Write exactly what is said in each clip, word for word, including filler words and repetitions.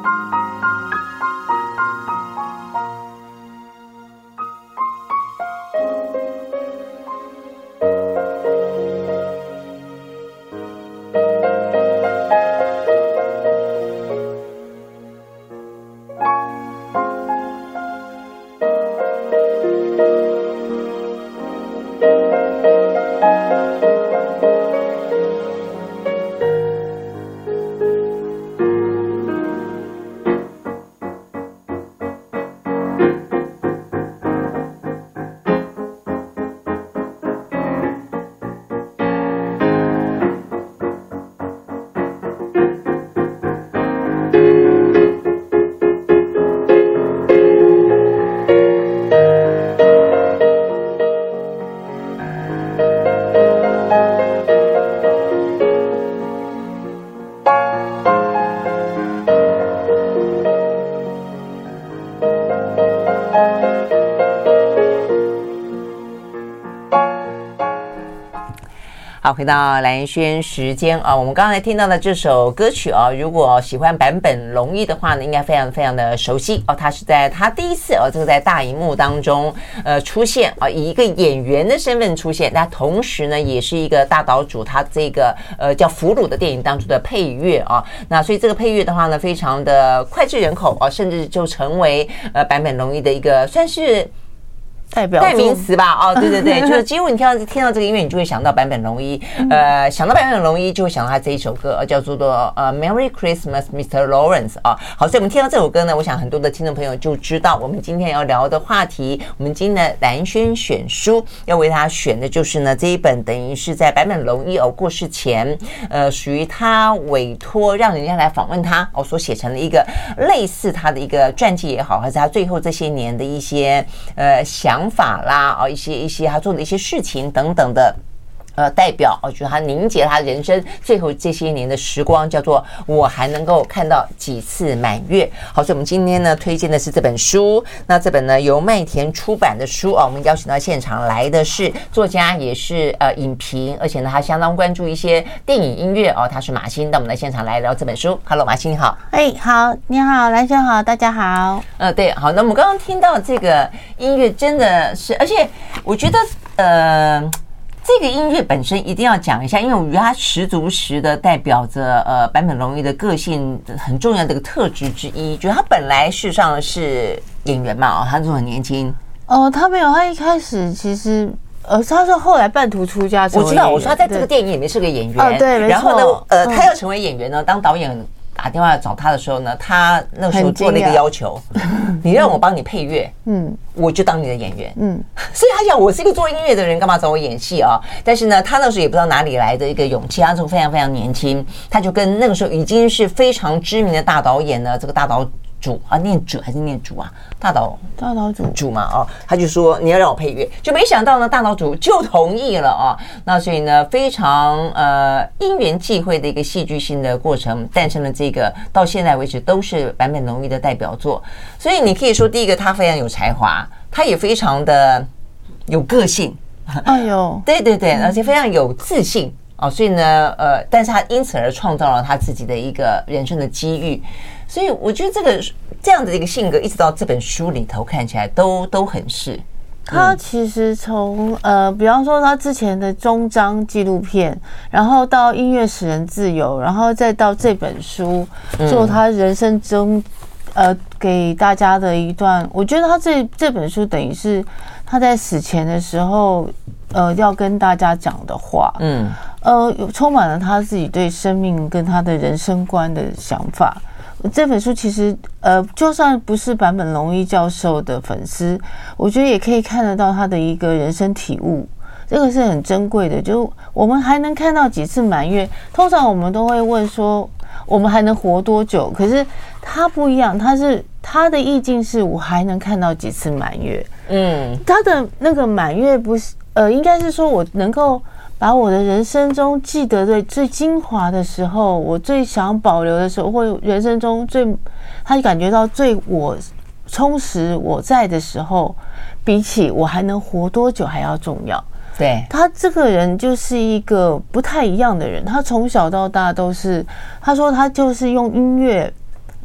好，回到蓝轩时间啊，我们刚才听到的这首歌曲啊，如果喜欢坂本龙一的话呢，应该非常非常的熟悉哦。他是在他第一次哦，这个在大荧幕当中呃出现啊，以一个演员的身份出现，那同时呢，也是一个大岛主他这个呃叫俘虏的电影当中的配乐啊。那所以这个配乐的话呢，非常的脍炙人口啊，甚至就成为呃坂本龙一的一个算是。 代表代名词吧，哦，对对对，就是几乎你听到听到这个音乐，你就会想到坂本龙一，呃，想到坂本龙一就会想到他这一首歌，叫做呃 Merry Christmas, Mister Lawrence 啊。好，所以我们听到这首歌呢，我想很多的听众朋友就知道我们今天要聊的话题。我们今天的蓝轩选书要为他选的就是呢这一本，等于是在坂本龙一哦过世前，呃，属于他委托让人家来访问他哦所写成的一个类似他的一个传记也好，还是他最后这些年的一些呃想。想法啦，哦，一些一些他做的一些事情等等的。呃，代表哦，就是他凝结他人生最后这些年的时光，叫做我还能够看到几次满月。好，所以我们今天呢推荐的是这本书。那这本呢由麦田出版的书啊，我们邀请到现场来的是作家，也是呃影评，而且呢他相当关注一些电影音乐哦。他是马欣，到我们的现场来聊这本书。Hello， 马欣你好。 哎，好，你好，蓝轩好，大家好。 呃，对，好，那我们刚刚听到这个音乐真的是，而且我觉得呃。这个音乐本身一定要讲一下，因为我觉得它十足十的代表着呃坂本龙一的个性很重要的一个特质之一。觉得他本来事实上是演员嘛，哦，他就很年轻。 哦，他没有，他一开始其实呃，他是后来半途出家成为演员。 我知道，我说他在这个电影里面是个演员， 哦，对，没错。 然后呢，呃，他要成为演员呢，当导演打电话找他的时候呢，他那个时候做了一个要求，你让我帮你配乐，嗯，我就当你的演员，嗯，所以他讲我是一个做音乐的人，干嘛找我演戏啊？但是呢，他那时候也不知道哪里来的一个勇气，他那时候非常非常年轻，他就跟那个时候已经是非常知名的大导演呢，这个大导主啊，念主还是念主啊？大导大导主主嘛，哦，他就说你要让我配乐，就没想到呢，大导主就同意了啊。那所以呢，非常呃因缘际会的一个戏剧性的过程，诞生了这个到现在为止都是坂本龙一的代表作。所以你可以说，第一个他非常有才华，他也非常的有个性， 哎呦， 对对对，而且非常有自信。哦，所以呢，呃，但是他因此而创造了他自己的一个人生的机遇，所以我觉得这个这样的一个性格，一直到这本书里头看起来都都很是。 他其实从呃，比方说他之前的终章纪录片，然后到音乐使人自由，然后再到这本书，做他人生中呃给大家的一段，我觉得他这这本书等于是他在死前的时候。呃，要跟大家讲的话，嗯，呃，充满了他自己对生命跟他的人生观的想法。这本书其实，呃，就算不是坂本龙一教授的粉丝，我觉得也可以看得到他的一个人生体悟，这个是很珍贵的。就我们还能看到几次满月，通常我们都会问说，我们还能活多久？可是他不一样，他是他的意境是我还能看到几次满月。嗯，他的那个满月不是。呃，应该是说，我能够把我的人生中记得的最精华的时候，我最想保留的时候，或人生中最他感觉到最我充实我在的时候，比起我还能活多久还要重要。 对， 他这个人就是一个不太一样的人，他从小到大都是，他说他就是用音乐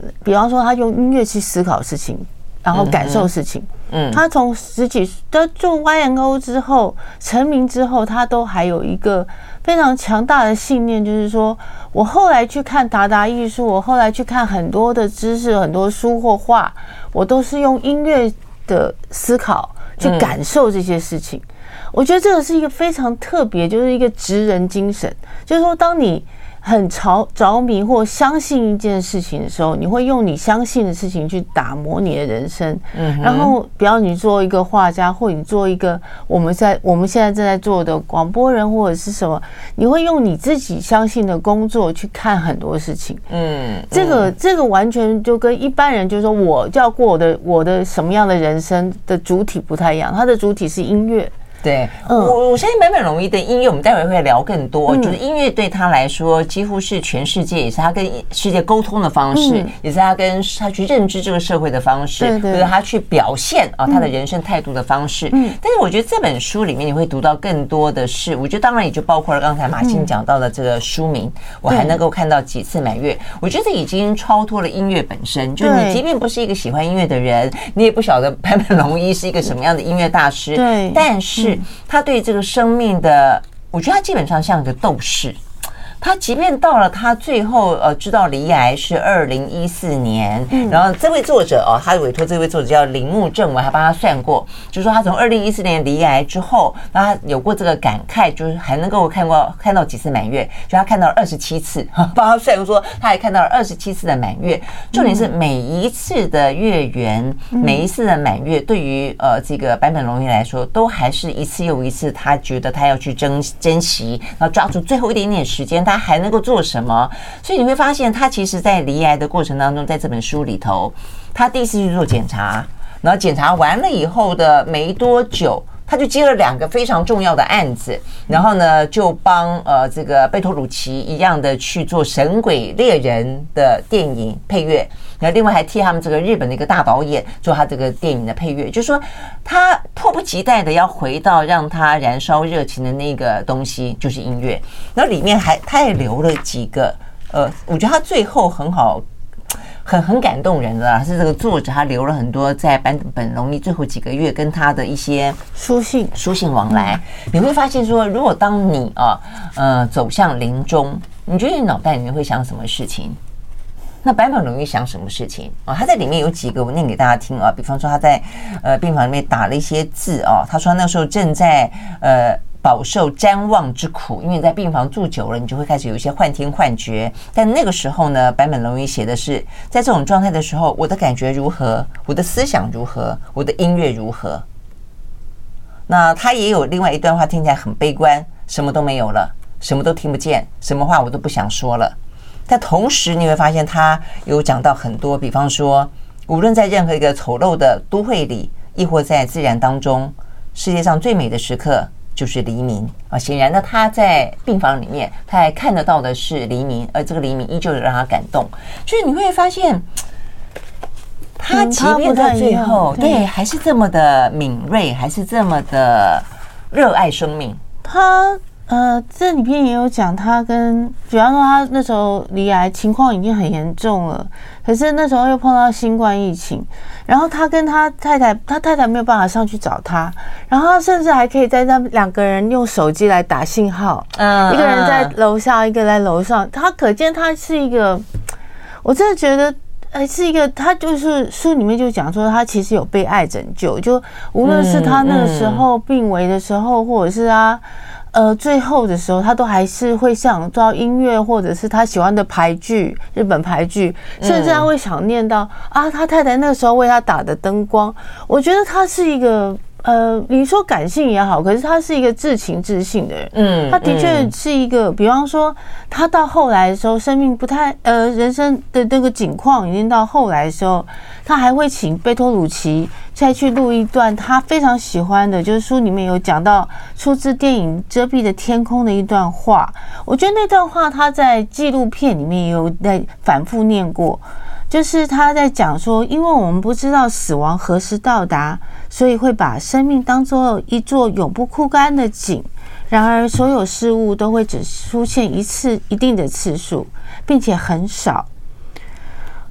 比方说他用音乐去思考事情，然后感受事情。嗯，他从十几岁的做 Y M O 之后成名之后，他都还有一个非常强大的信念，就是说我后来去看达达艺术，我后来去看很多的知识、很多书或画，我都是用音乐的思考去感受这些事情。嗯，我觉得这个是一个非常特别，就是一个职人精神，就是说当你很着着迷或相信一件事情的时候，你会用你相信的事情去打磨你的人生。嗯，然后比方你做一个画家，或你做一个我们在我们现在正在做的广播人或者是什么，你会用你自己相信的工作去看很多事情。嗯，这个这个完全就跟一般人就是说我就要过我的我的什么样的人生的主体不太一样，它的主体是音乐。 对，嗯，我我相信坂本龙一的音乐，我们待会会聊更多。嗯，就是音乐对他来说，几乎是全世界，也是他跟世界沟通的方式，嗯，也是他跟他去认知这个社会的方式，对对，或者他去表现啊他的人生态度的方式。嗯，但是我觉得这本书里面你会读到更多的是，我觉得当然也就包括了刚才马欣讲到的这个书名，嗯，我还能够看到几次满月。我觉得已经超脱了音乐本身，就是你即便不是一个喜欢音乐的人，你也不晓得坂本龙一是一个什么样的音乐大师，对，但是。他对这个生命的，我觉得他基本上像一个斗士。他即便到了他最后呃知道罹癌是二零一四年，嗯，然后这位作者哦，他委托这位作者叫铃木正文，还帮他算过，就是说他从二零一四年罹癌之后，他有过这个感慨，就是还能够看过看到几次满月，就他看到了二十七次，帮他算说他还看到了二十七次的满月。重点是每一次的月圆，嗯，每一次的满月，对于呃这个坂本龙一来说，都还是一次又一次，他觉得他要去珍珍惜，然后抓住最后一点点时间。他还能够做什么？所以你会发现，他其实在罹癌的过程当中，在这本书里头，他第一次去做检查，然后检查完了以后的没多久，他就接了两个非常重要的案子，然后呢，就帮呃这个贝托鲁奇一样的去做《神鬼猎人》的电影配乐，然后另外还替他们这个日本的一个大导演做他这个电影的配乐，就是说他迫不及待的要回到让他燃烧热情的那个东西，就是音乐。然后里面还他也留了几个呃，我觉得他最后很好。很很感动人的啦，是这个作者他留了很多在坂本龙一最后几个月跟他的一些书信书信往来，你会发现说，如果当你啊呃走向临终，你觉得你脑袋里面会想什么事情？那坂本龙一想什么事情啊？他在里面有几个我念给大家听啊，比方说他在呃病房里面打了一些字啊，他说那时候正在呃。饱受谵妄之苦，因为你在病房住久了，你就会开始有一些幻听幻觉。但那个时候呢，坂本龙一写的是，在这种状态的时候，我的感觉如何，我的思想如何，我的音乐如何。那他也有另外一段话，听起来很悲观，什么都没有了，什么都听不见，什么话我都不想说了。但同时你会发现，他有讲到很多，比方说，无论在任何一个丑陋的都会里，亦或在自然当中，世界上最美的时刻就是黎明啊！显然呢，他在病房里面，他还看得到的是黎明，而这个黎明依旧让他感动。就是你会发现，他即便在最后，对，还是这么的敏锐，还是这么的热爱生命。 他呃，这里面也有讲，他跟比方说他那时候罹癌情况已经很严重了，可是那时候又碰到新冠疫情，然后他跟他太太，他太太没有办法上去找他，然后他甚至还可以在他们两个人用手机来打信号，嗯，一个人在楼下，一个在楼上，他可见他是一个，我真的觉得。呃，是一个，他就是书里面就讲说，他其实有被爱拯救，就无论是他那个时候病危的时候，或者是他呃最后的时候，他都还是会想到音乐，或者是他喜欢的俳句，日本俳句，甚至他会想念到啊，他太太那个时候为他打的灯光。我觉得他是一个。呃，你说感性也好，可是他是一个至情至性的人。嗯，他的确是一个，比方说，他到后来的时候，生命不太呃，人生的那个境况已经到后来的时候，他还会请贝托鲁奇再去录一段他非常喜欢的，就是书里面有讲到出自电影《遮蔽的天空》的一段话。我觉得那段话他在纪录片里面也有在反复念过。就是他在讲说，因为我们不知道死亡何时到达，所以会把生命当作一座永不枯干的井。然而，所有事物都会只出现一次一定的次数，并且很少。可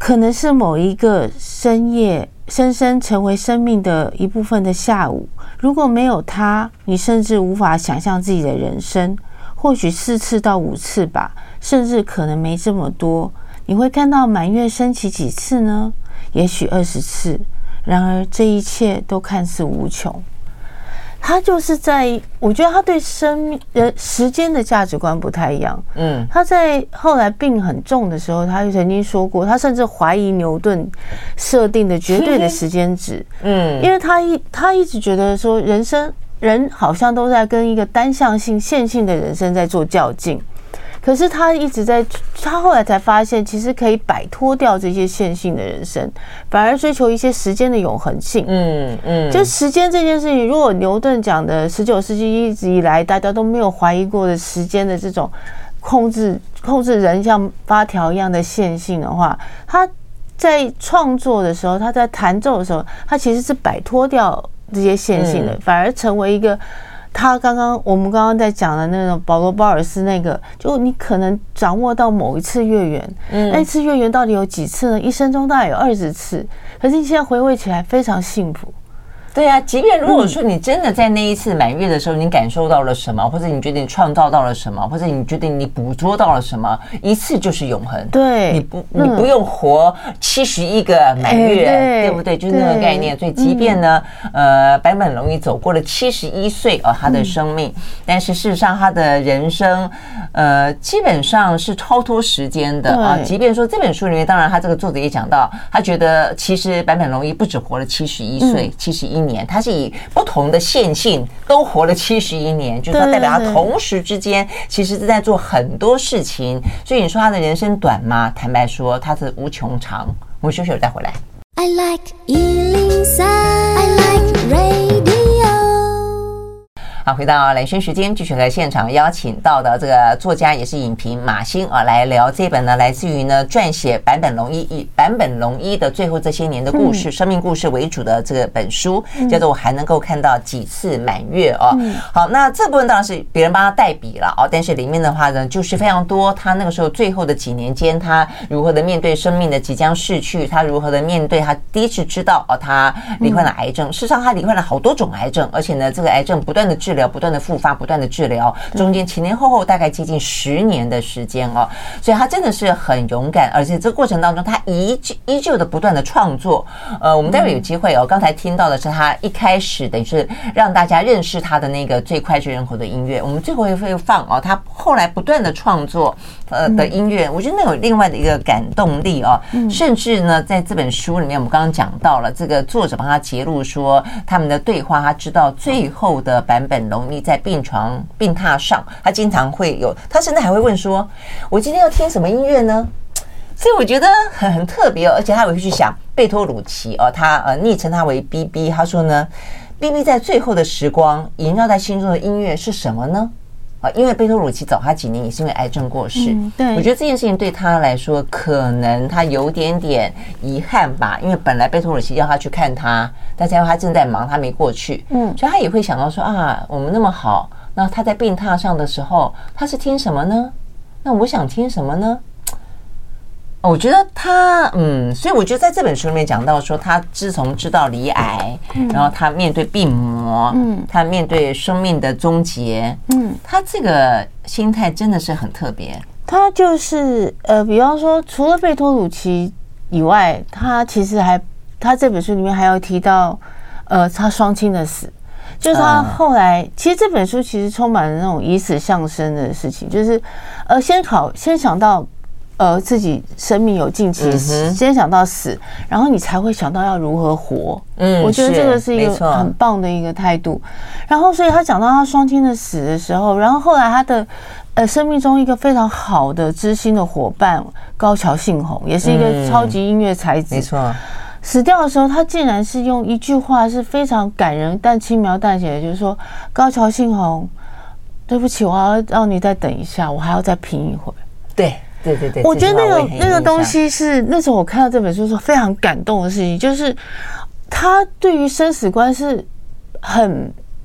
可能是某一个深夜深深成为生命的一部分的下午，如果没有它，你甚至无法想象自己的人生。或许四次到五次吧，甚至可能没这么多。你会看到满月升起几次呢？也许二十次。然而这一切都看似无穷。他就是在，我觉得他对生命、人、时间的价值观不太一样。嗯，他在后来病很重的时候，他就曾经说过，他甚至怀疑牛顿设定的绝对的时间值。嗯，因为他一他一直觉得说，人生人好像都在跟一个单向性、线性的人生在做较劲。可是他一直在，他后来才发现，其实可以摆脱掉这些线性的人生，反而追求一些时间的永恒性。嗯嗯，就时间这件事情，如果牛顿讲的十九世纪一直以来大家都没有怀疑过的时间的这种控制控制人像发条一样的线性的话，他在创作的时候，他在弹奏的时候，他其实是摆脱掉这些线性的，反而成为一个。他刚刚我们刚刚在讲的那种保罗·鲍尔斯那个，就你可能掌握到某一次月圆，嗯，那一次月圆到底有几次呢？一生中大概有二十次，可是你现在回味起来非常幸福。 对啊，即便如果说你真的在那一次满月的时候，你感受到了什么，或者你觉得你创造到了什么，或者你觉得你捕捉到了什么，一次就是永恒。 对， 你不你不用活七十一个满月，欸、对, 对不对？就是那个概念。所以，即便呢，嗯、呃，坂本龙一走过了七十一岁哦，他的生命，嗯、但是事实上他的人生，呃，基本上是超脱时间的啊。即便说这本书里面，当然他这个作者也讲到，他觉得其实坂本龙一不只活了七十一岁，七十一。年，他是以不同的线性都活了七十一年，就是说代表他同时之间其实是在做很多事情。所以你说他的人生短吗？坦白说，他是无穷长。我们休息了再回来。I like 一零三 I like radio。好，回到蓝轩时间，继续和现场邀请到的这个作家也是影评马欣啊，来聊这本呢，来自于呢撰写坂本龙一以坂本龙一的最后这些年的故事、嗯、生命故事为主的这个本书，叫做《我还能够看到几次满月》哦。嗯、好，那这部分当然是别人帮他代笔了哦，但是里面的话呢，就是非常多他那个时候最后的几年间，他如何的面对生命的即将逝去，他如何的面对他第一次知道哦，他罹患了癌症，事实上他罹患了好多种癌症，而且呢，这个癌症不断的治疗。不断的复发，不断的治疗，中间前前后后大概接近十年的时间哦，所以他真的是很勇敢，而且这个过程当中，他依依旧的不断的创作。呃，我们待会有机会哦，刚才听到的是他一开始等于是让大家认识他的那个最脍炙人口的音乐，我们最后会放哦，他后来不断的创作呃的音乐，我觉得那有另外的一个感动力哦，甚至呢，在这本书里面，我们刚刚讲到了这个作者帮他揭露说他们的对话，他知道最后的坂本龙一在病床病榻上，他经常会有，他甚至还会问说：“我今天要听什么音乐呢？”所以我觉得很很特别哦，而且他也会去想贝托鲁奇哦，他呃昵称他为 B B， 他说呢 ，B B 在最后的时光萦绕在心中的音乐是什么呢？啊，因为贝托鲁奇早他几年也是因为癌症过世，嗯，对，我觉得这件事情对他来说，可能他有点点遗憾吧，因为本来贝托鲁奇要他去看他，但是因为他正在忙，他没过去，嗯，所以他也会想到说啊，我们那么好，那他在病榻上的时候，他是听什么呢？那我想听什么呢？我觉得他，嗯，所以我觉得在这本书里面讲到说，他自从知道罹癌，嗯、然后他面对病魔，嗯，他面对生命的终结，嗯，他这个心态真的是很特别。 他就是呃，比方说，除了贝托鲁奇以外，他其实还他这本书里面还有提到，呃，他双亲的死。就是他后来，其实这本书其实充满了那种以死向生的事情，就是呃，先考先想到。呃，自己生命有尽期，嗯、先想到死，然后你才会想到要如何活。嗯，我觉得这个是一个很棒的一个态度。然后，所以他讲到他双亲的死的时候，然后后来他的呃生命中一个非常好的知心的伙伴高桥幸宏，也是一个超级音乐才子。 没错。 死掉的时候，他竟然是用一句话是非常感人但轻描淡写的，就是说高桥幸宏，对不起，我要让你再等一下，我还要再拼一会儿。 对。对对对， 我觉得那个那个东西是那时候我看到这本书是非常感动的事情，就是他对于生死观是很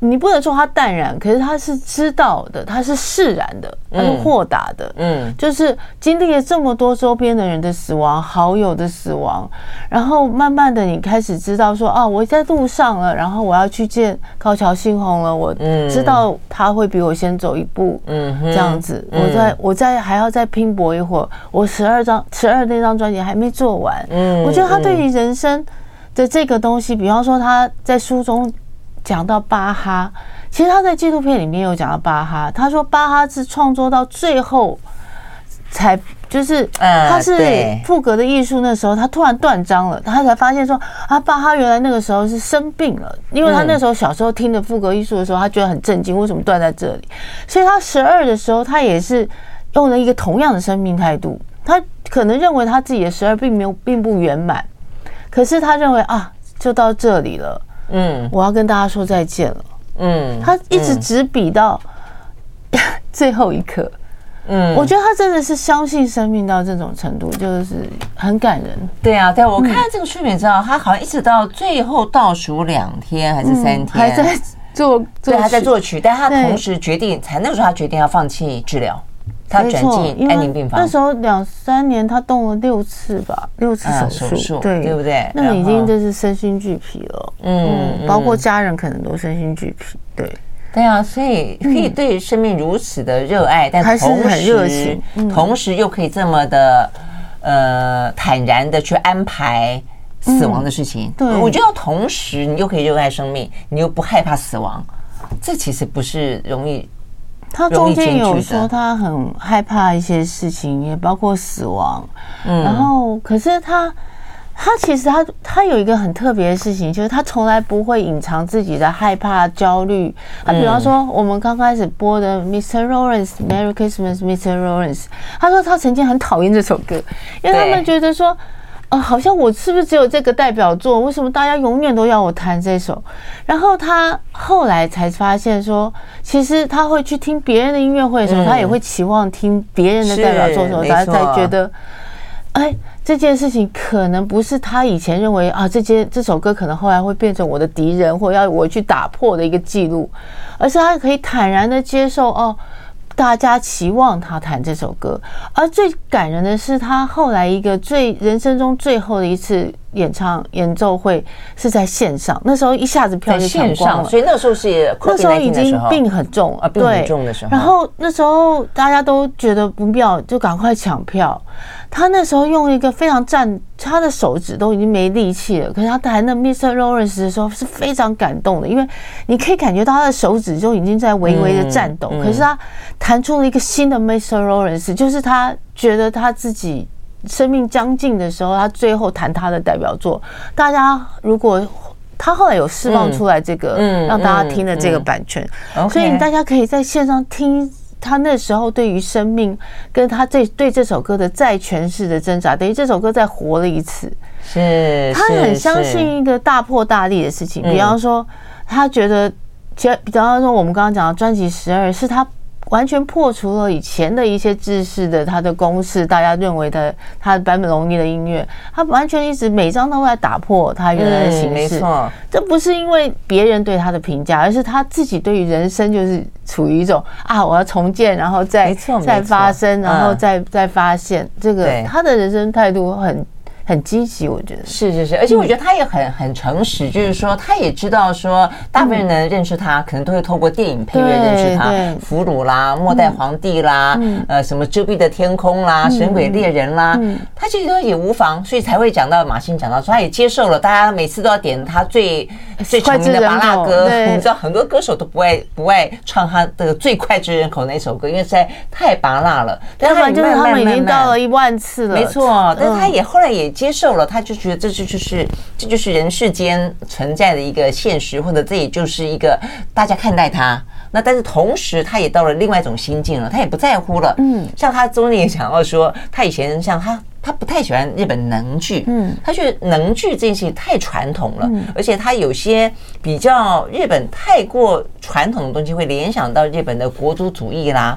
你不能说他淡然，可是他是知道的，他是释然的，他是豁达的，嗯，就是经历了这么多周边的人的死亡，好友的死亡，然后慢慢的你开始知道说啊，我在路上了，然后我要去见高桥幸宏了，我知道他会比我先走一步，嗯，这样子，我在我在还要再拼搏一会儿，我十二张十二那张专辑还没做完，嗯，我觉得他对于人生的这个东西，比方说他在书中讲到巴哈，其实他在纪录片里面有讲到巴哈，他说巴哈是创作到最后才就是他是赋格的艺术，那时候他突然断章了，他才发现说啊，巴哈原来那个时候是生病了，因为他那时候小时候听的赋格艺术的时候，他觉得很震惊，为什么断在这里？所以他十二的时候，他也是用了一个同样的生命态度，他可能认为他自己的十二并没有并不圆满，可是他认为啊，就到这里了。嗯，我要跟大家说再见了。嗯，他一直执笔到最后一刻。嗯，我觉得他真的是相信生命到这种程度，就是很感人。 对啊，对，我看这个书里面知道，他好像一直到最后倒数两天还是三天， 还在做， 对，还在作曲，但他同时决定，才那个时候他决定要放弃治疗。他转进安宁病房， 那时候两三年，他动了六次吧，六次手术，对， 对不对？ 那已经就是身心俱疲了，嗯，包括家人可能都身心俱疲，对， 对啊，所以可以对生命如此的热爱，但同时，同时又可以这么的呃坦然的去安排死亡的事情。对，我觉得同时你又可以热爱生命，你又不害怕死亡，这其实不是容易。 他中间有说他很害怕一些事情，也包括死亡。嗯，然后可是他，他其实他他有一个很特别的事情，就是他从来不会隐藏自己的害怕、焦虑。啊，比方说我们刚开始播的 Mister Lawrence，Merry Christmas，Mister Lawrence， 他说他曾经很讨厌这首歌，因为他们觉得说。呃，好像我是不是只有这个代表作？为什么大家永远都要我弹这首？然后他后来才发现说，其实他会去听别人的音乐会的时候，嗯、他也会期望听别人的代表作的时候，他才觉得，哎，这件事情可能不是他以前认为啊，这件这首歌可能后来会变成我的敌人，或要我去打破的一个记录，而是他可以坦然的接受哦。大家期望他弹这首歌，而最感人的是，他后来一个最人生中最后的一次演唱演奏会是在线上，那时候一下子票就抢光了， 所以那时候是那时候已经病很重啊，病很重的时候。 然后那时候大家都觉得不妙，就赶快抢票。他那时候用一个非常颤，他的手指都已经没力气了。可是他弹那 Mister Lawrence 的时候是非常感动的，因为你可以感觉到他的手指就已经在微微的颤抖。嗯嗯、可是他弹出了一个新的 Mister Lawrence， 就是他觉得他自己生命将近的时候，他最后弹他的代表作。大家如果他后来有释放出来这个，嗯、让大家听的这个版权，嗯嗯嗯、所以大家可以在线上听。他那时候对于生命跟他这对这首歌的再诠释的挣扎，等于这首歌再活了一次。 是， 他很相信一个大破大立的事情，比方说，他觉得，其实比方说我们刚刚讲的专辑十二是他完全破除了以前的一些制式的他的公式，大家认为的他坂本龙一的音乐，他完全一直每张都在打破他原来的形式。嗯、没错，这不是因为别人对他的评价，而是他自己对于人生就是处于一种啊，我要重建，然后再再发生，然后再、嗯、再发现，这个他的人生态度很。很积极，我觉得是是是，而且我觉得他也很很诚实，就是说他也知道说，大部分人能认识他，可能都会透过电影配乐认识他，俘虏啦、末代皇帝啦，呃，什么遮蔽的天空啦、神鬼猎人啦，他其实都也无妨，所以才会讲到马欣讲到说，他也接受了，大家每次都要点他最最成名的芭乐歌，你知道很多歌手都不爱不爱唱他的最脍炙人口那首歌，因为实在太芭乐了。 但是就是他们已经到了一万次了， 没错，但是他也后来也接受了，他就觉得这就是这就是人世间存在的一个现实，或者这也就是一个大家看待他。那但是同时，他也到了另外一种心境了，他也不在乎了。嗯，像他中间也讲到说，他以前像他。他不太喜欢日本能剧，嗯，他觉得能剧这件事情太传统了，嗯，而且他有些比较日本太过传统的东西，会联想到日本的国族主义啦，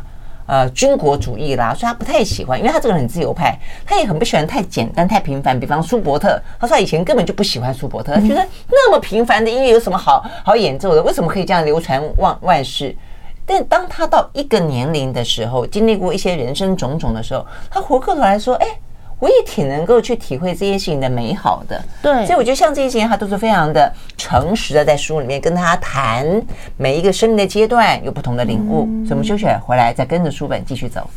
呃军国主义啦，所以他不太喜欢，因为他这个人很自由派，他也很不喜欢太简单太平凡。比方舒伯特，他说他以前根本就不喜欢舒伯特，他觉得那么平凡的音乐有什么好好演奏的？为什么可以这样流传万万世？但当他到一个年龄的时候，经历过一些人生种种的时候，他回过头来说，哎，我也挺能够去体会这些事情的美好的。 对， 所以我觉得像这些事情，他都是非常的诚实的，在书里面跟他谈每一个生命的阶段有不同的领悟。嗯、所以我们休息回来，再跟着书本继续走。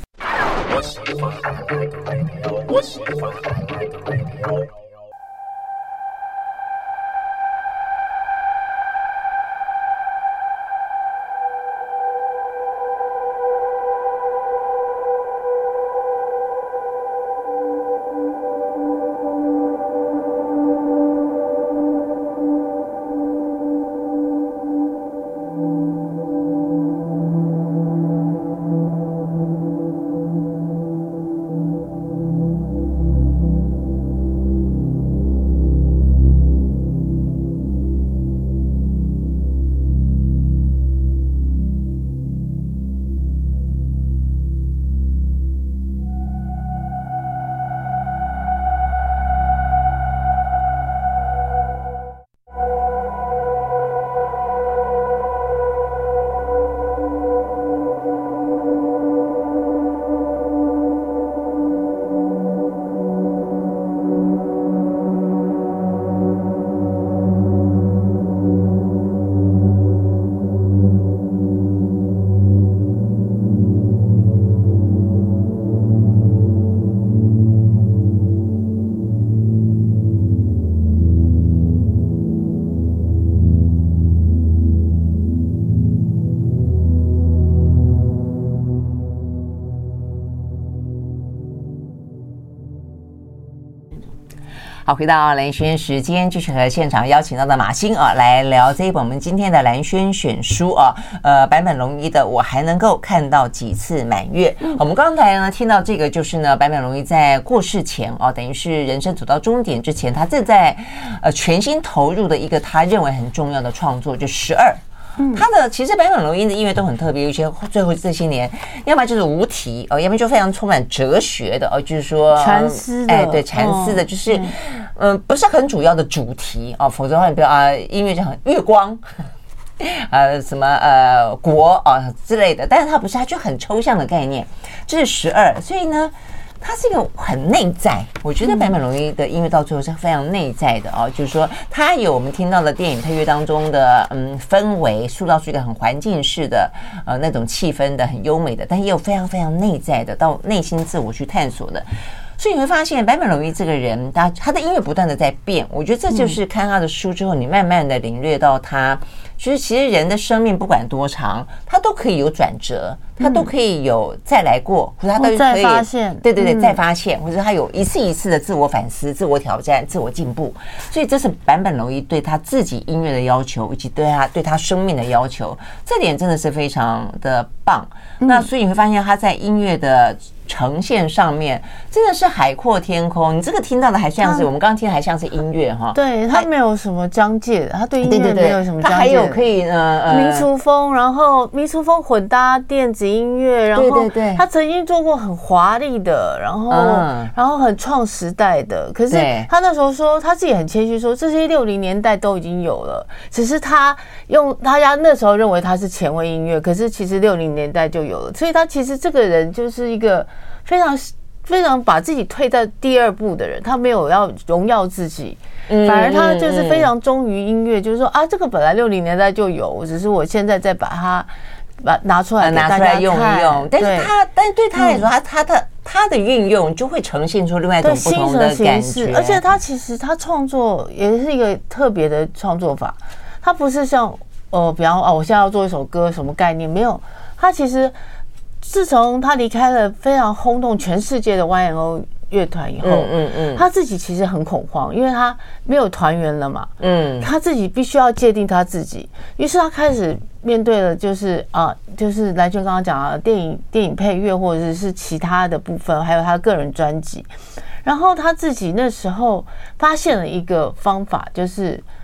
好，回到蓝轩时间，继续和现场邀请到的马欣啊来聊这一本我们今天的蓝轩选书啊，呃，坂本龙一的《我还能够看到几次满月》。嗯、我们刚才呢听到这个，就是呢坂本龙一在过世前啊，等于是人生走到终点之前，他正在呃全心投入的一个他认为很重要的创作，就十二。他的其实坂本龙一的音乐都很特别，有些最后这些年，要么就是无题哦，要么就非常充满哲学的哦，就是说禅思的， 哎，对，禅思的，就是嗯、呃，不是很主要的主题哦，否则的话，你比如啊，音乐就很月光。呃，什么呃国啊之类的，但是它不是，它就很抽象的概念，这是十二，所以呢。它是一个很内在，我觉得坂本龙一的音乐到最后是非常内在的哦，就是说它有我们听到的电影配乐当中的嗯氛围，塑造出一个很环境式的呃那种气氛的很优美的，但也有非常非常内在的到内心自我去探索的。所以你会发现坂本龙一这个人，他他的音乐不断的在变，我觉得这就是看他的书之后，你慢慢的领略到他，就是其实人的生命不管多长，他都可以有转折，他都可以有再来过，或者他都可以再发现， 对对对，再发现，或者他有一次一次的自我反思、自我挑战、自我进步。所以这是坂本龙一对他自己音乐的要求，以及对他对他生命的要求，这点真的是非常的棒。那所以你会发现他在音乐的呈现上面真的是海阔天空，你这个听到的还像是、啊、我们刚刚听的还像是音乐哈， 对，他没有什么疆界的，他对音乐没有什么疆界的， 他还有可以呃民族风，然后民族风混搭电子音乐，然后对对对， 他曾经做过很华丽的，然后、嗯、然后很创时代的，可是他那时候说他自己很谦虚说这些六零年代都已经有了，只是他用大家那时候认为他是前卫音乐，可是其实六零年代就有了，所以他其实这个人就是一个非常非常把自己退在第二步的人，他没有要荣耀自己，反而他就是非常忠于音乐，就是说啊，这个本来六零年代就有，只是我现在再把它把拿出来给大家用一用。但是他，但是对他来说，他他的他的运用就会呈现出另外一种不同的感觉。 而且他其实他创作也是一个特别的创作法，他不是像呃，比方啊，我现在要做一首歌，什么概念没有？他其实。自从他离开了非常轰动全世界的 Y M O 乐团以后，嗯嗯嗯，他自己其实很恐慌，因为他没有团员了嘛，嗯，他自己必须要界定他自己，于是他开始面对了，就是啊，就是来娟刚刚讲的电影、电影配乐或者是其他的部分，还有他个人专辑，然后他自己那时候发现了一个方法，就是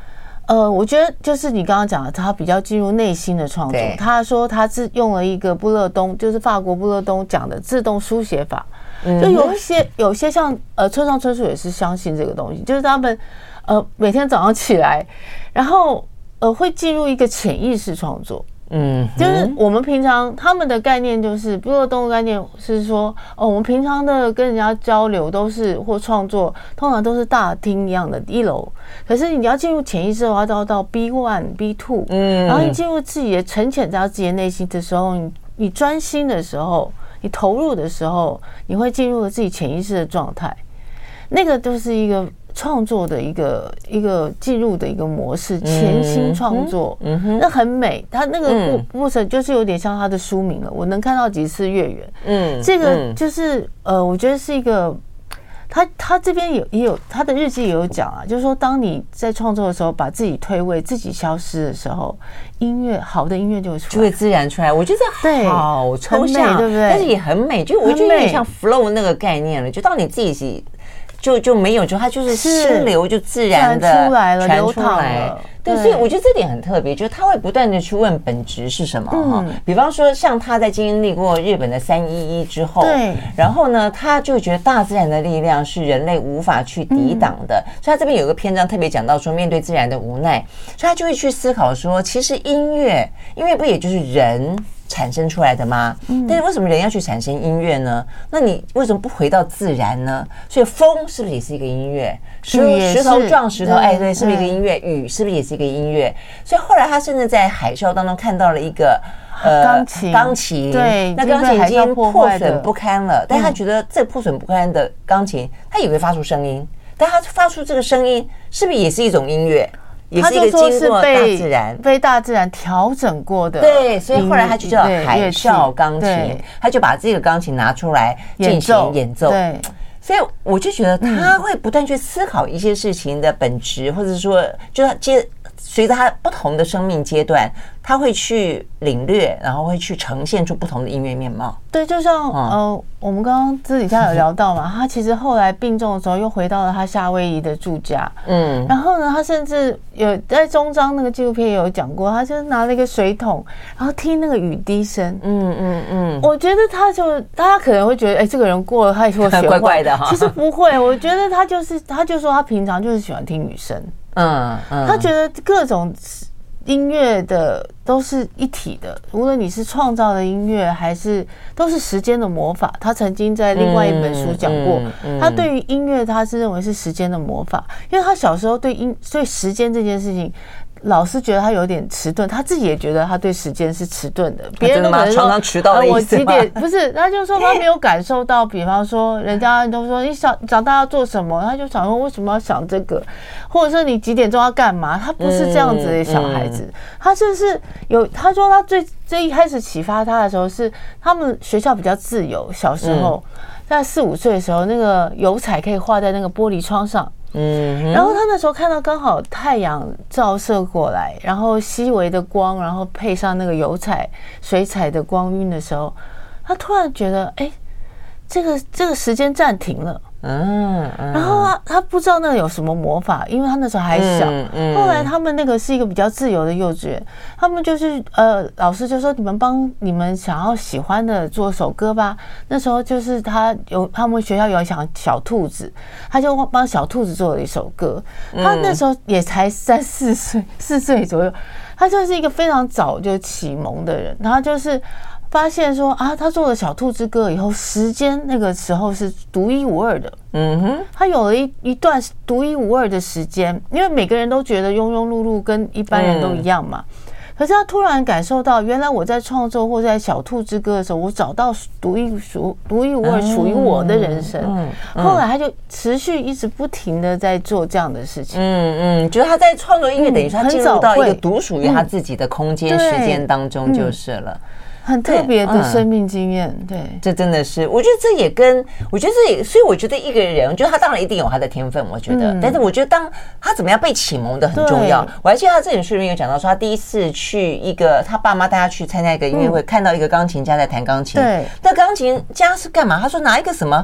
呃，我觉得就是你刚刚讲的，他比较进入内心的创作。他说他是用了一个布勒东，就是法国布勒东讲的自动书写法。嗯、就有一些有些像呃村上春树也是相信这个东西，就是他们呃每天早上起来，然后呃会进入一个潜意识创作。嗯，就是我们平常他们的概念就是布勒东的概念是说，哦，我们平常的跟人家交流都是或创作，通常都是大厅一样的一楼。可是你要进入潜意识的话，都要到 B 一 B 二， 嗯，然后你进入自己的沉潜到自己的内心的时候，你你专心的时候，你投入的时候，你会进入了自己潜意识的状态，那个就是一个创作的一个一个进入的一个模式，潜心创作，嗯哼，那很美。它那个过程就是有点像它的书名了，我能看到几次月圆，嗯，这个就是呃，我觉得是一个。他他这边有也有他的日记也有讲啊，就是说当你在创作的时候，把自己退位、自己消失的时候，音乐好的音乐就会出来， 就会自然出来。我觉得这好抽象，对不对？但是也很美，就我觉得有点像 flow 那个概念了。就当你自己就就没有，就它就是心流就自然的出来了，流淌了。 对，所以我觉得这点很特别，就是他会不断的去问本质是什么哈。嗯、比方说，像他在经历过日本的三一一之后，对，然后呢，他就觉得大自然的力量是人类无法去抵挡的，嗯、所以他这边有一个篇章特别讲到说，面对自然的无奈，所以他就会去思考说，其实音乐，音乐不也就是人产生出来的吗？嗯、但是为什么人要去产生音乐呢？那你为什么不回到自然呢？所以风是不是也是一个音乐？石石头撞石头，哎，对，是不是一个音乐？雨是不是也是一个音乐？所以后来他甚至在海啸当中看到了一个呃钢琴， 钢琴， 对， 那钢琴已经破损不堪了，但他觉得这破损不堪的钢琴，它也会发出声音，但它发出这个声音，是不是也是一种音乐？也是一个经过大自然被大自然调整过的， 对，所以后来他就叫海啸钢琴，他就把这个钢琴拿出来进行演奏，对。所以我就觉得他会不断去思考一些事情的本质，或者说，就是接随着他不同的生命阶段，他会去领略，然后会去呈现出不同的音乐面貌。 对，就像、嗯、呃，我们刚刚私底下有聊到嘛，他其实后来病重的时候又回到了他夏威夷的住家，嗯，然后呢，他甚至有在中章那个纪录片也有讲过，他就拿了一个水桶，然后听那个雨滴声，嗯嗯嗯，我觉得他就大家可能会觉得，哎、欸，这个人过了他也会学怪怪的哈， 其实不会，我觉得他就是他就说他平常就是喜欢听雨声，嗯嗯，他觉得各种音乐的都是一体的，无论你是创造的音乐还是都是时间的魔法。他曾经在另外一本书讲过，嗯嗯嗯、他对于音乐他是认为是时间的魔法，因为他小时候对音对时间这件事情。老是觉得他有点迟钝，他自己也觉得他对时间是迟钝的。别人都可能说常常迟到的意思吗？ 我几点不是？他就说他没有感受到，比方说人家都说你想长大要做什么，他就想说为什么要想这个，或者说你几点钟要干嘛？他不是这样子的小孩子，嗯嗯、他就是有他说他最最一开始启发他的时候是他们学校比较自由，小时候、嗯、在四五岁的时候，那个油彩可以画在那个玻璃窗上。嗯，然后他那时候看到刚好太阳照射过来，然后细微的光，然后配上那个油彩水彩的光晕的时候，他突然觉得，哎，这个这个时间暂停了。嗯，嗯然后他他不知道那个有什么魔法，因为他那时候还小。嗯嗯、后来他们那个是一个比较自由的幼稚园，他们就是呃，老师就说你们帮你们想要喜欢的做首歌吧。那时候就是他有他们学校有想小兔子，他就帮小兔子做了一首歌。他那时候也才三四岁，四岁左右，他就是一个非常早就启蒙的人，然后就是。发现说啊，他做了小兔之歌以后，时间那个时候是独一无二的。嗯哼，他有了一一段独一无二的时间，因为每个人都觉得庸庸碌碌跟一般人都一样嘛。嗯、可是他突然感受到，原来我在创作或在小兔之歌的时候，我找到独一属独一无二属于我的人生。嗯嗯、后来他就持续一直不停的在做这样的事情。嗯嗯， 觉得他在创作音乐，等于说他进入到一个独属于他自己的空间、时间当中就是了。嗯很特别的生命经验，对， 嗯、这真的是，我觉得这也跟我觉得这也，所以我觉得一个人，我觉得他当然一定有他的天分，我觉得，嗯、但是我觉得当他怎么样被启蒙的很重要。我还记得他这本书里面有讲到说，他第一次去一个他爸妈带他去参加一个音乐会，嗯、看到一个钢琴家在弹钢琴，对，那钢琴家是干嘛？他说拿一个什么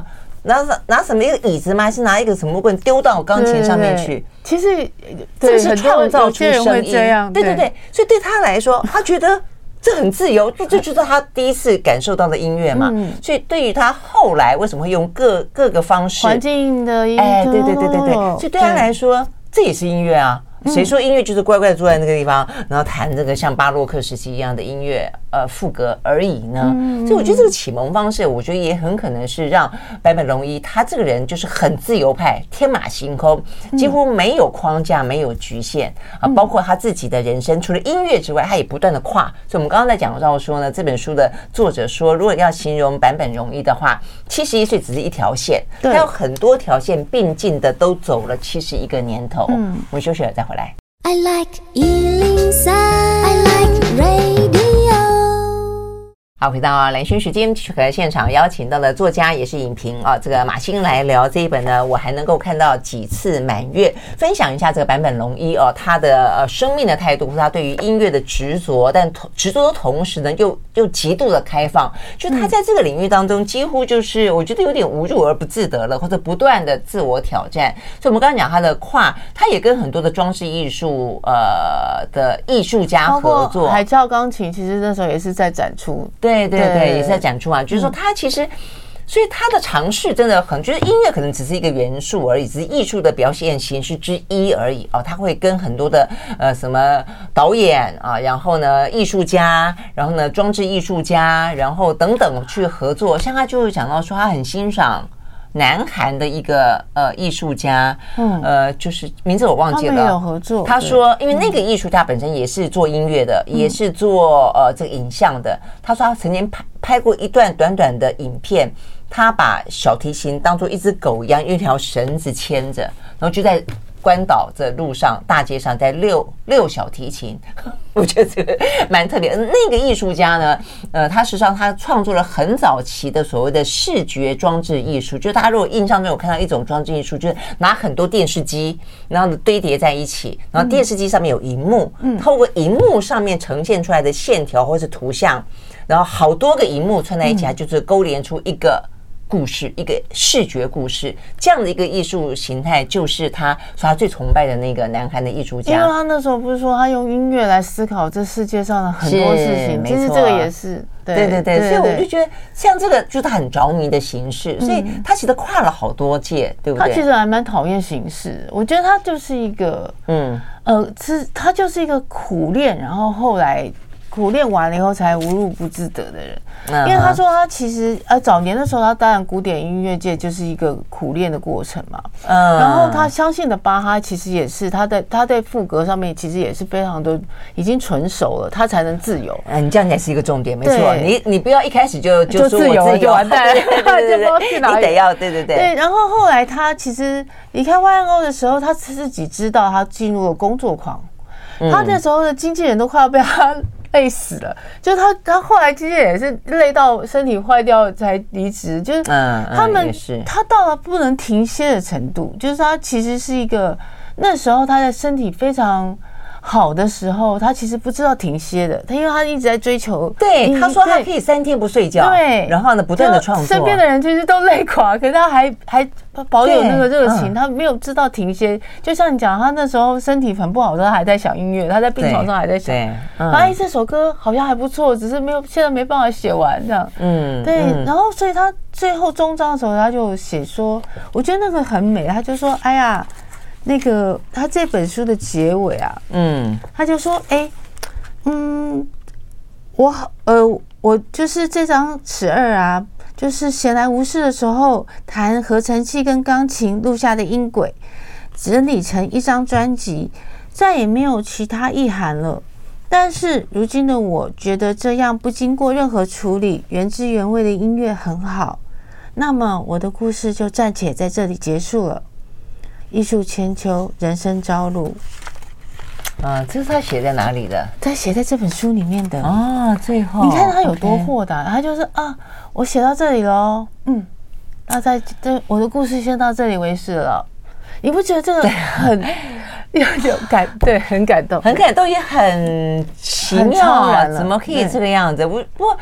拿拿什么一个椅子吗？还是拿一个什么棍丢到钢琴上面去？ 对对对其实这个是创造出声音， 这样， 对对对，所以对他来说，他觉得这很自由，这就是他第一次感受到的音乐嘛。嗯、所以对于他后来为什么会用各各个方式， 环境的音乐， 哎，对对对对对，所以对他来说，这也是音乐啊。谁说音乐就是乖乖的坐在那个地方，然后弹这个像巴洛克时期一样的音乐，呃，副歌而已呢？嗯、所以我觉得这个启蒙方式，我觉得也很可能是让坂本龙一他这个人就是很自由派，天马行空，几乎没有框架，没有局限啊。包括他自己的人生，除了音乐之外，他也不断的跨。所以我们刚刚在讲到说呢，这本书的作者说，如果要形容坂本龙一的话，七十一岁只是一条线，他有很多条线并进的都走了七十一个年头。嗯，我们休息了再回来。I like 一零三 I like radio。好，回到蓝轩时间，继续和现场邀请到的作家也是影评啊，这个马欣来聊这一本呢，我还能够看到几次满月，分享一下这个坂本龙一哦，他的呃生命的态度，他对于音乐的执着，但执着的同时呢，又又极度的开放，就他在这个领域当中，几乎就是我觉得有点无入而不自得了，或者不断的自我挑战。所以我们刚刚讲他的跨，他也跟很多的装置艺术呃的艺术家合作， 海啸钢琴其实那时候也是在展出。 对对对，也是在展出啊，就是说他其实，所以他的尝试真的很，就是音乐可能只是一个元素而已，只是艺术的表现形式之一而已哦。他会跟很多的呃什么导演啊，然后呢艺术家，然后呢装置艺术家，然后等等去合作。像他就讲到说，他很欣赏南韩的一个呃艺术家，嗯，呃，就是名字我忘记了。 他们有合作。 他说，因为那个艺术家本身也是做音乐的，嗯、也是做呃这个影像的。他说他曾经拍拍过一段短短的影片，他把小提琴当作一只狗一样，用一条绳子牵着，然后就在关岛的路上、大街上在溜溜小提琴，我觉得这个蛮特别。那个艺术家呢，呃，他实际上他创作了很早期的所谓的视觉装置艺术，就是大家如果印象中有看到一种装置艺术，就是拿很多电视机，然后堆叠在一起，然后电视机上面有荧幕，嗯，透过荧幕上面呈现出来的线条或是图像，然后好多个荧幕串在一起，它就是勾连出一个故事，一个视觉故事，这样的一个艺术形态，就是他说他最崇拜的那个南韩的艺术家。 因为他那时候不是说他用音乐来思考这世界上的很多事情，其实这个也是对对 对, 对, 对，所以我就觉得像这个就是他很着迷的形式，所以他其实跨了好多届，对不对？ 他其实还蛮讨厌形式，我觉得他就是一个嗯呃，是他就是一个苦练，然后后来苦练完了以后才无入不自得的人。因为他说他其实呃早年的时候，他当然古典音乐界就是一个苦练的过程嘛。嗯，然后他相信的巴哈其实也是他在他在副歌上面其实也是非常的已经纯熟了，他才能自由。 嗯，你这样讲是一个重点，没错。你你不要一开始就就说我自由就完蛋了， 对对对对，你得要对对对对。然后后来他其实离开 Y N O 的时候，他自己知道他进入了工作狂，他那时候的经纪人都快要被他累死了，就他他后来经纪人也是累到身体坏掉才离职，就是他们、嗯嗯、他到了不能停歇的程度，就是他其实是一个那时候他的身体非常好的时候，他其实不知道停歇的，他因为他一直在追求。 对，他说他可以三天不睡觉，对，然后呢不断的创作， 身边的人其实都累垮，可是他还还保有那个热情，嗯、他没有知道停歇。就像你讲，他那时候身体很不好的时候，还在想音乐，他在病床上还在想，嗯、哎，这首歌好像还不错，只是没有现在没办法写完这样。嗯，对，嗯、然后所以他最后终章的时候，他就写说，我觉得那个很美，他就说，哎呀。那个他这本书的结尾啊，嗯，他就说，哎、欸，嗯，我呃，我就是这张尺二啊，就是闲来无事的时候弹合成器跟钢琴录下的音轨，整理成一张专辑，再也没有其他意涵了。但是如今的我觉得这样不经过任何处理、原汁原味的音乐很好。那么我的故事就暂且在这里结束了。艺术千秋，人生朝露。 啊，这是他写在哪里的？ 他写在这本书里面的啊。最后， 你看他有多豁达， okay. 他就是啊，我写到这里了，嗯，那在这我的故事先到这里为止了。你不觉得这个很有有感？对，很感动， 很感动，也很奇妙啊！怎么可以这个样子？我不过。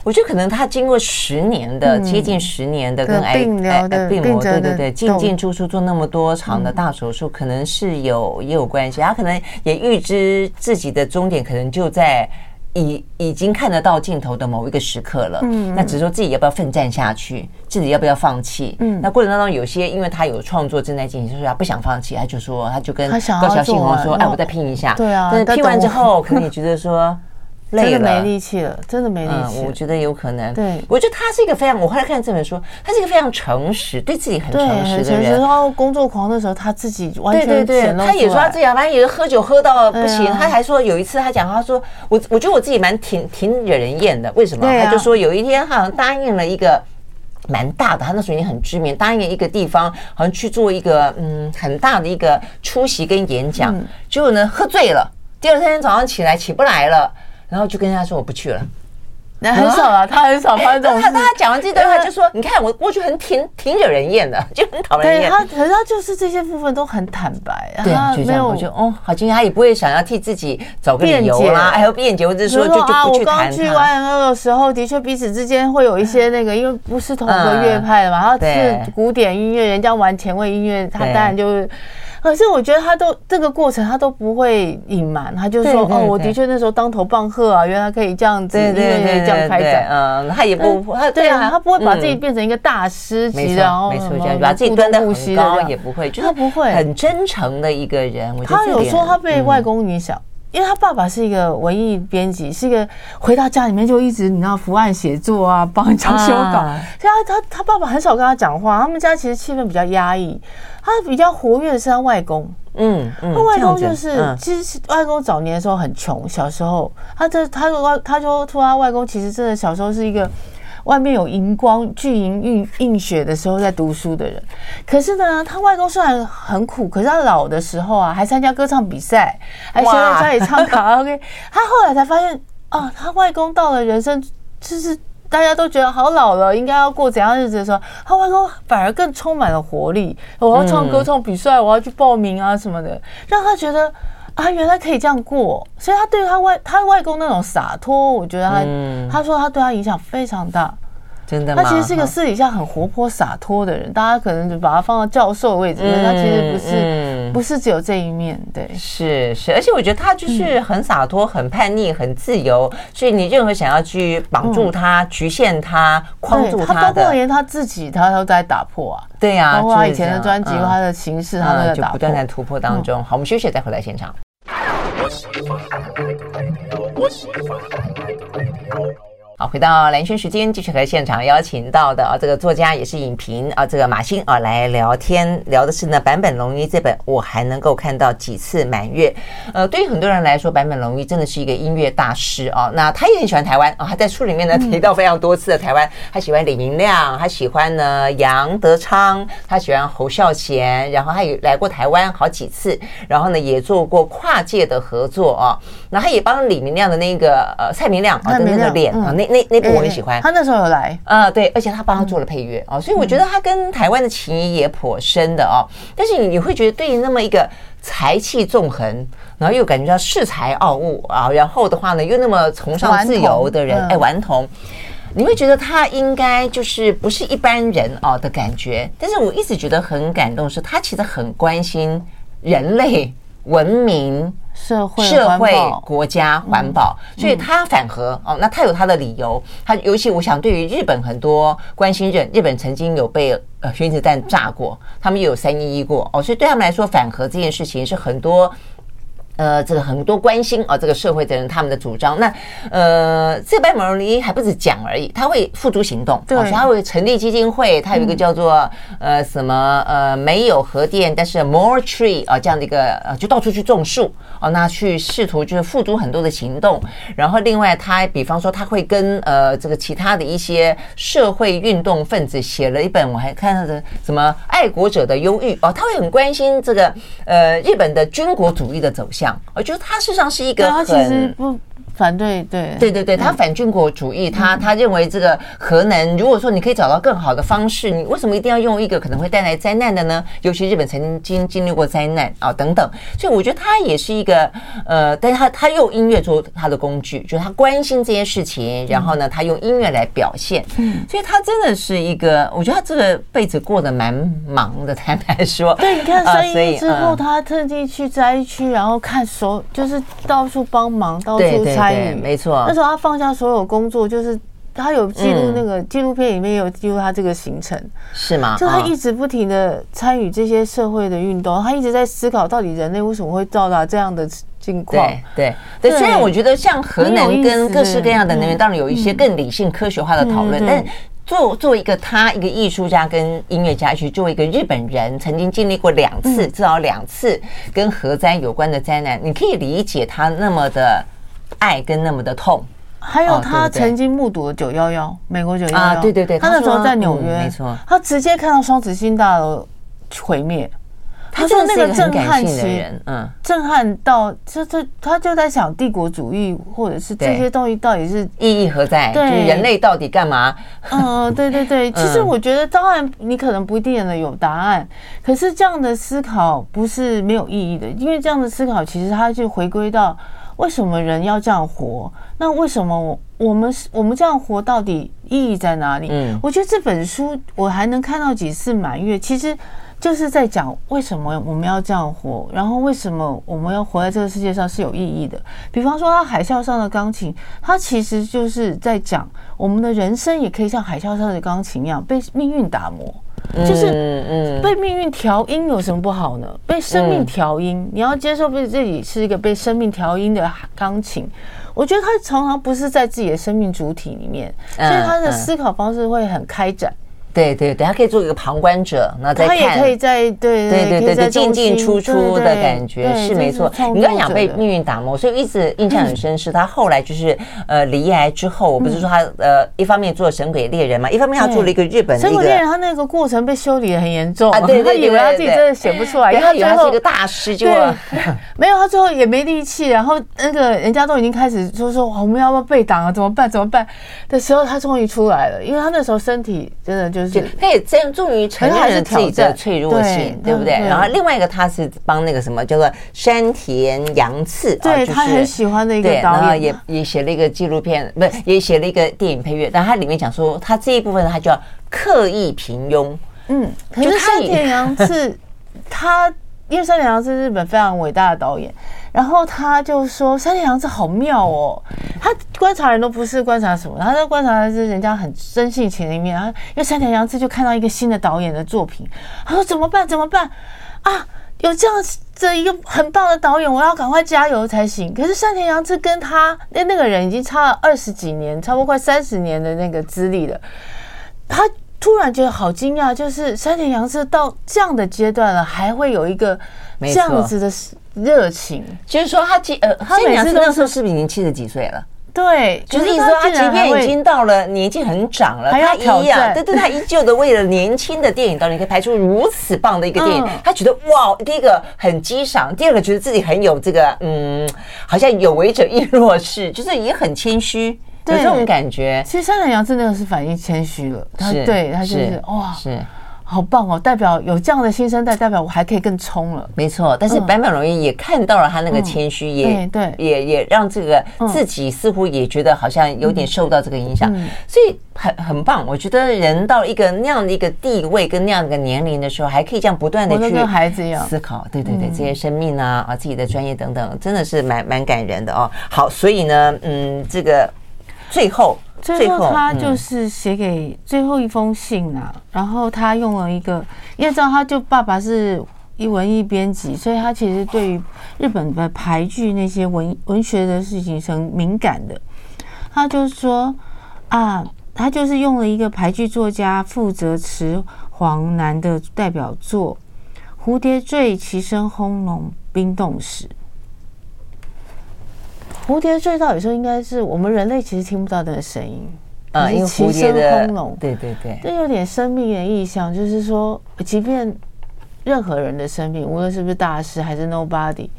我觉得可能他经过十年的、嗯、接近十年的跟癌病疗的病魔，对对对，进进出出做那么多场的大手术，嗯、可能是有也有关系。他可能也预知自己的终点可能就在已已经看得到尽头的某一个时刻了。嗯，那只是说自己要不要奋战下去，自己要不要放弃。嗯，那过程当中有些因为他有创作正在进行，就是他不想放弃，他就说他就跟高桥幸宏说：“哎，我再拼一下。” 对啊， 但是拼完之后，可能也觉得说。累了， 真的没力气了，真的没力气、 嗯。我觉得有可能。 对， 我觉得他是一个非常，我后来看这本书，他是一个非常诚实，对自己很诚实的人。 然后工作狂的时候，他自己完全对对对，他也说他自己反正也是喝酒喝到不行。啊、他还说有一次他讲，他说我我觉得我自己蛮挺挺惹人厌的，为什么？啊、他就说有一天他好像答应了一个。蛮大的，他那时候已经很知名，答应了一个地方，好像去做一个嗯很大的一个出席跟演讲，嗯、结果呢喝醉了，第二天早上起来起不来了。然后就跟他说我不去了， 那很少啊，他很少发生这种事。 他他讲完这段话就说：“你看我过去很挺挺惹人厌的，就很讨人厌。” 他可是他就是这些部分都很坦白， 对，就这样。我就哦，好惊讶，他也不会想要替自己找个理由啦，还有辩解，或者说就就不去谈。 我刚去 Y N L 的时候，的确彼此之间会有一些那个，因为不是同一个乐派的嘛，他是古典音乐，人家玩前卫音乐，他当然就是。可是我觉得他都这个过程他都不会隐瞒，他就说对对对哦，我的确那时候当头棒喝啊，原来可以这样子，音乐这样开展， 嗯，他也不，他对啊，他不会把自己变成一个大师级的，然后没错，这样把自己端得很高也不会，就是他不会很真诚的一个人。我觉得他有说他被外公影响。因为他爸爸是一个文艺编辑，是一个回到家里面就一直你知道伏案写作啊，帮人家修稿，所以他他他爸爸很少跟他讲话。他们家其实气氛比较压抑，他比较活跃的是他外公。嗯嗯，他外公就是，嗯、其实外公早年的时候很穷，小时候他这他外他就说他外公其实真的小时候是一个。外面有荧光巨银映映雪的时候在读书的人，可是呢，他外公虽然很苦，可是他老的时候啊，还参加歌唱比赛，还学在家里唱卡拉 OK。他后来才发现，哦，他外公到了人生就是大家都觉得好老了，应该要过怎样日子的时候，他外公反而更充满了活力。我要唱歌唱比赛，我要去报名啊什么的，让他觉得。啊，原来可以这样过，所以他对他外他外公那种洒脱，我觉得他、嗯、他说他对他影响非常大， 真的吗？ 他其实是一个私底下很活泼洒脱的人，大家可能就把他放到教授的位置，但、嗯、他其实不是、嗯、不是只有这一面，对， 是是，而且我觉得他就是很洒脱、嗯、很叛逆、很自由，所以你任何想要去绑住他、嗯、局限他、框住他的， 他包括连他自己他都在打破啊。 对呀、啊， 包括他以前的专辑、嗯、他的形式，他都在打破， 就不断在突破当中。嗯、好，我们休息再回来现场。好，回到蓝轩时间，继续和现场邀请到的啊，这个作家也是影评啊，这个马欣啊来聊天，聊的是呢坂本龙一这本我还能够看到几次满月。呃，对于很多人来说，坂本龙一真的是一个音乐大师啊。那他也很喜欢台湾啊，他在书里面呢提到非常多次的台湾，他喜欢李明亮，他喜欢呢杨德昌，他喜欢侯孝贤，然后他也来过台湾好几次，然后呢也做过跨界的合作啊。那他也帮李明亮的那个呃蔡明亮啊的那个脸啊那。那那部我很喜欢， 他那时候有来啊、呃，对，而且他帮他做了配乐哦，所以我觉得他跟台湾的情谊也颇深的哦。但是你你会觉得对于那么一个才气纵横，然后又感觉到恃才傲物啊，然后的话呢又那么崇尚自由的人，哎，顽童，你会觉得他应该就是不是一般人哦的感觉。但是我一直觉得很感动，是他其实很关心人类文明。 社会、 社会、国家、环保，嗯、所以他反核哦。那他有他的理由。他尤其我想，对于日本很多关心日，日本曾经有被呃原子弹炸过，他们也有三一一过哦，所以对他们来说，反核这件事情是很多。呃，这个很多关心啊，这个社会的人他们的主张。那呃，这坂本龙一还不是讲而已，他会付诸行动，对，所以他会成立基金会，他有一个叫做、嗯、呃什么呃没有核电，但是 more tree 啊这样的一个呃，就到处去种树啊，那去试图就是付诸很多的行动。然后另外他比方说他会跟呃这个其他的一些社会运动分子写了一本，我还看到的什么爱国者的忧郁哦，他会很关心这个呃日本的军国主义的走向。我觉得他事实上是一个很， 他其实不反对，对对对对，他反军国主义，他他认为这个核能，如果说你可以找到更好的方式，你为什么一定要用一个可能会带来灾难的呢？尤其日本曾经经历过灾难啊等等，所以我觉得他也是一个呃，但是他他用音乐做他的工具，就是他关心这些事情，然后呢，他用音乐来表现，嗯，所以他真的是一个，我觉得他这个辈子过得蛮忙的，坦白说。 对，你看三一之后，他特地去灾区，然后看所就是到处帮忙，到处参与， 没错。 那时候他放下所有工作，就是他有记录那个纪录片里面有记录他这个行程， 是吗？ 就他一直不停的参与这些社会的运动，他一直在思考到底人类为什么会到达这样的境况。 对对对，虽然我觉得像核能跟各式各样的能源，当然有一些更理性科学化的讨论，但作作为一个他一个艺术家跟音乐家，去作为一个日本人，曾经经历过两次，至少两次跟核灾有关的灾难，你可以理解他那么的爱跟那么的痛。 还有他曾经目睹了九一一，美国九一一啊， 对对对， 他那时候在纽约， 没错， 他直接看到双子星大楼毁灭。他说那个震撼期，嗯，震撼到这这，他就在想帝国主义或者是这些东西到底是意义何在？对，就是人类到底干嘛？ 嗯，对对对。其实我觉得，当然你可能不一定能有答案，可是这样的思考不是没有意义的，因为这样的思考其实它就回归到为什么人要这样活？那为什么我们我们这样活到底意义在哪里？嗯，我觉得这本书我还能看到几次满月，其实就是在讲为什么我们要这样活，然后为什么我们要活在这个世界上是有意义的。比方说，他海啸上的钢琴，它其实就是在讲我们的人生也可以像海啸上的钢琴一样被命运打磨。就是被命运调音有什么不好呢？被生命调音，你要接受自己是一个被生命调音的钢琴。我觉得他常常不是在自己的生命主体里面，所以他的思考方式会很开展。对对对，他可以做一个旁观者，然后再看， 他也可以在对对对对对进进出出的感觉是没错。你刚刚讲被命运打磨，所以一直印象很深是他后来就是呃离癌之后，我不是说他呃一方面做神鬼猎人嘛，一方面他做了一个日本的神鬼猎人，他那个过程被修理的很严重啊，对对， 他以为他自己真的写不出来，因为他以为他是一个大师，就没有，他最后也没力气，然后那个人家都已经开始就说我们要不要被挡啊，怎么办怎么办的时候，他终于出来了，因为他那时候身体真的就是他也真。终于承认了自己的脆弱性，对不对？然后另外一个他是帮那个什么叫做山田洋次， 对他很喜欢的一个导演， 然后也也写了一个纪录片，不是也写了一个电影配乐。但他里面讲说，他这一部分他叫刻意平庸。嗯， 可是山田洋次他。因为山田洋次是日本非常伟大的导演，然后他就说山田洋次好妙哦，他观察人都不是观察什么，他在观察的是人家很真性情的一面。然后因为山田洋次就看到一个新的导演的作品，他说怎么办怎么办啊？有这样的一个很棒的导演，我要赶快加油才行。可是山田洋次跟他那那个人已经差了二十几年，差不多快三十年的那个资历了，他。突然觉得好惊讶，就是山田洋次到这样的阶段了，还会有一个这样子的热情。 就是说他，呃，山田洋次那时候是不是已经七十几岁了？ 对， 就是意思说他即便已经到了年纪很长了，他一样，对对，他依旧的为了年轻的电影导演可以拍出如此棒的一个电影，嗯、他觉得哇，第一个很激赏，第二个觉得自己很有这个，嗯，好像有为者亦若是，就是也很谦虚。有这种感觉， 其实山田洋次那个是反应谦虚了，他对他就是哇， 是好棒哦，代表有这样的新生代，代表我还可以更冲了， 没错。但是坂本龙一也看到了他那个谦虚，也对，也也让这个自己似乎也觉得好像有点受到这个影响，所以很很棒。我觉得人到一个那样的一个地位跟那样的一个年龄的时候，还可以这样不断的去跟孩子一样思考，对对对，这些生命啊啊，自己的专业等等，真的是蛮蛮感人的哦。好，所以呢，嗯，这个。最后， 最后他就是写给最后一封信啊，嗯、然后他用了一个，因为知道他就爸爸是一文艺编辑，所以他其实对于日本的俳句那些文文学的事情是很敏感的。他就说啊，他就是用了一个俳句作家负责持黄南的代表作《蝴蝶坠，其声轰隆，冰冻时》。蝴蝶坠到底说应该是我们人类其实听不到那个声音啊，因为蝴蝶的轰隆，对对对， 这有点生命的意象，就是说，即便任何人的生命，无论是不是大师还是 nobody，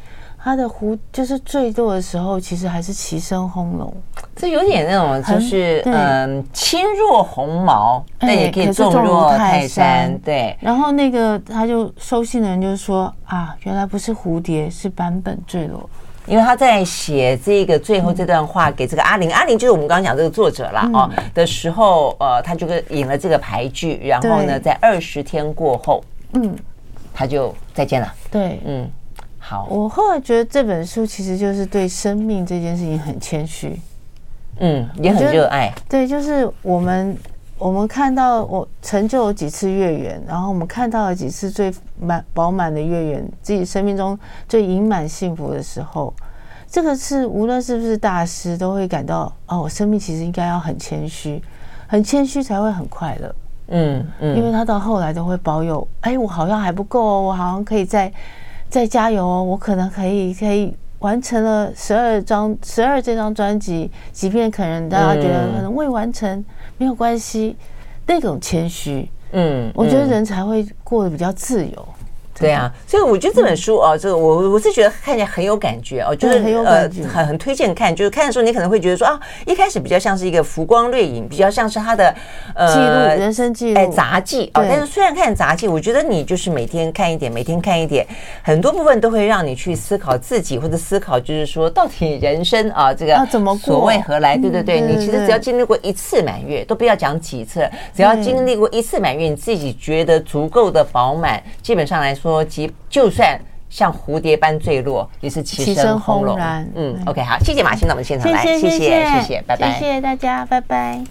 它的弧就是坠落的时候，其实还是齐声轰隆， 这有点那种就是嗯，轻若鸿毛，但也可以重若泰山。对。 然后那个他就收信的人就说啊，原来不是蝴蝶，是版本坠落。 因为他在写这个最后这段话给这个阿玲，阿玲就是我们刚刚讲这个作者啦、嗯、哦的时候，呃，他就引了这个牌句，然后呢，在二十天过后，嗯，他就再见了。 对，嗯。好，我后来觉得这本书其实就是对生命这件事情很谦虚， 嗯，也很热爱。 对，就是我们我们看到我成就了几次月圆，然后我们看到了几次最满饱满的月圆，自己生命中最盈满幸福的时候，这个是无论是不是大师都会感到哦，我生命其实应该要很谦虚，很谦虚才会很快乐。嗯嗯，因为他到后来都会保有，哎，我好像还不够哦，我好像可以再。再加油哦！我可能可以可以完成了十二张十二这张专辑，即便可能大家觉得可能未完成、嗯、没有关系，那种谦虚，嗯，我觉得人才会过得比较自由。 对啊，所以我觉得这本书哦，这个我我是觉得看起来很有感觉哦，就是很有感觉， 呃，很很推荐看。就是看的时候，你可能会觉得说啊，一开始比较像是一个浮光掠影，比较像是他的呃记录人生记录， 哎，杂记啊。但是虽然看杂记，我觉得你就是每天看一点，每天看一点，很多部分都会让你去思考自己，或者思考就是说，到底人生啊，这个要怎么过， 所谓何来？对对对，你其实只要经历过一次满月，都不要讲几次，只要经历过一次满月，你自己觉得足够的饱满，基本上来说，即就算像蝴蝶般坠落，也是齐声轰隆。嗯 ，OK， 好，谢谢马欣到我们现场来，谢谢谢谢，拜拜， 谢谢大家，拜拜。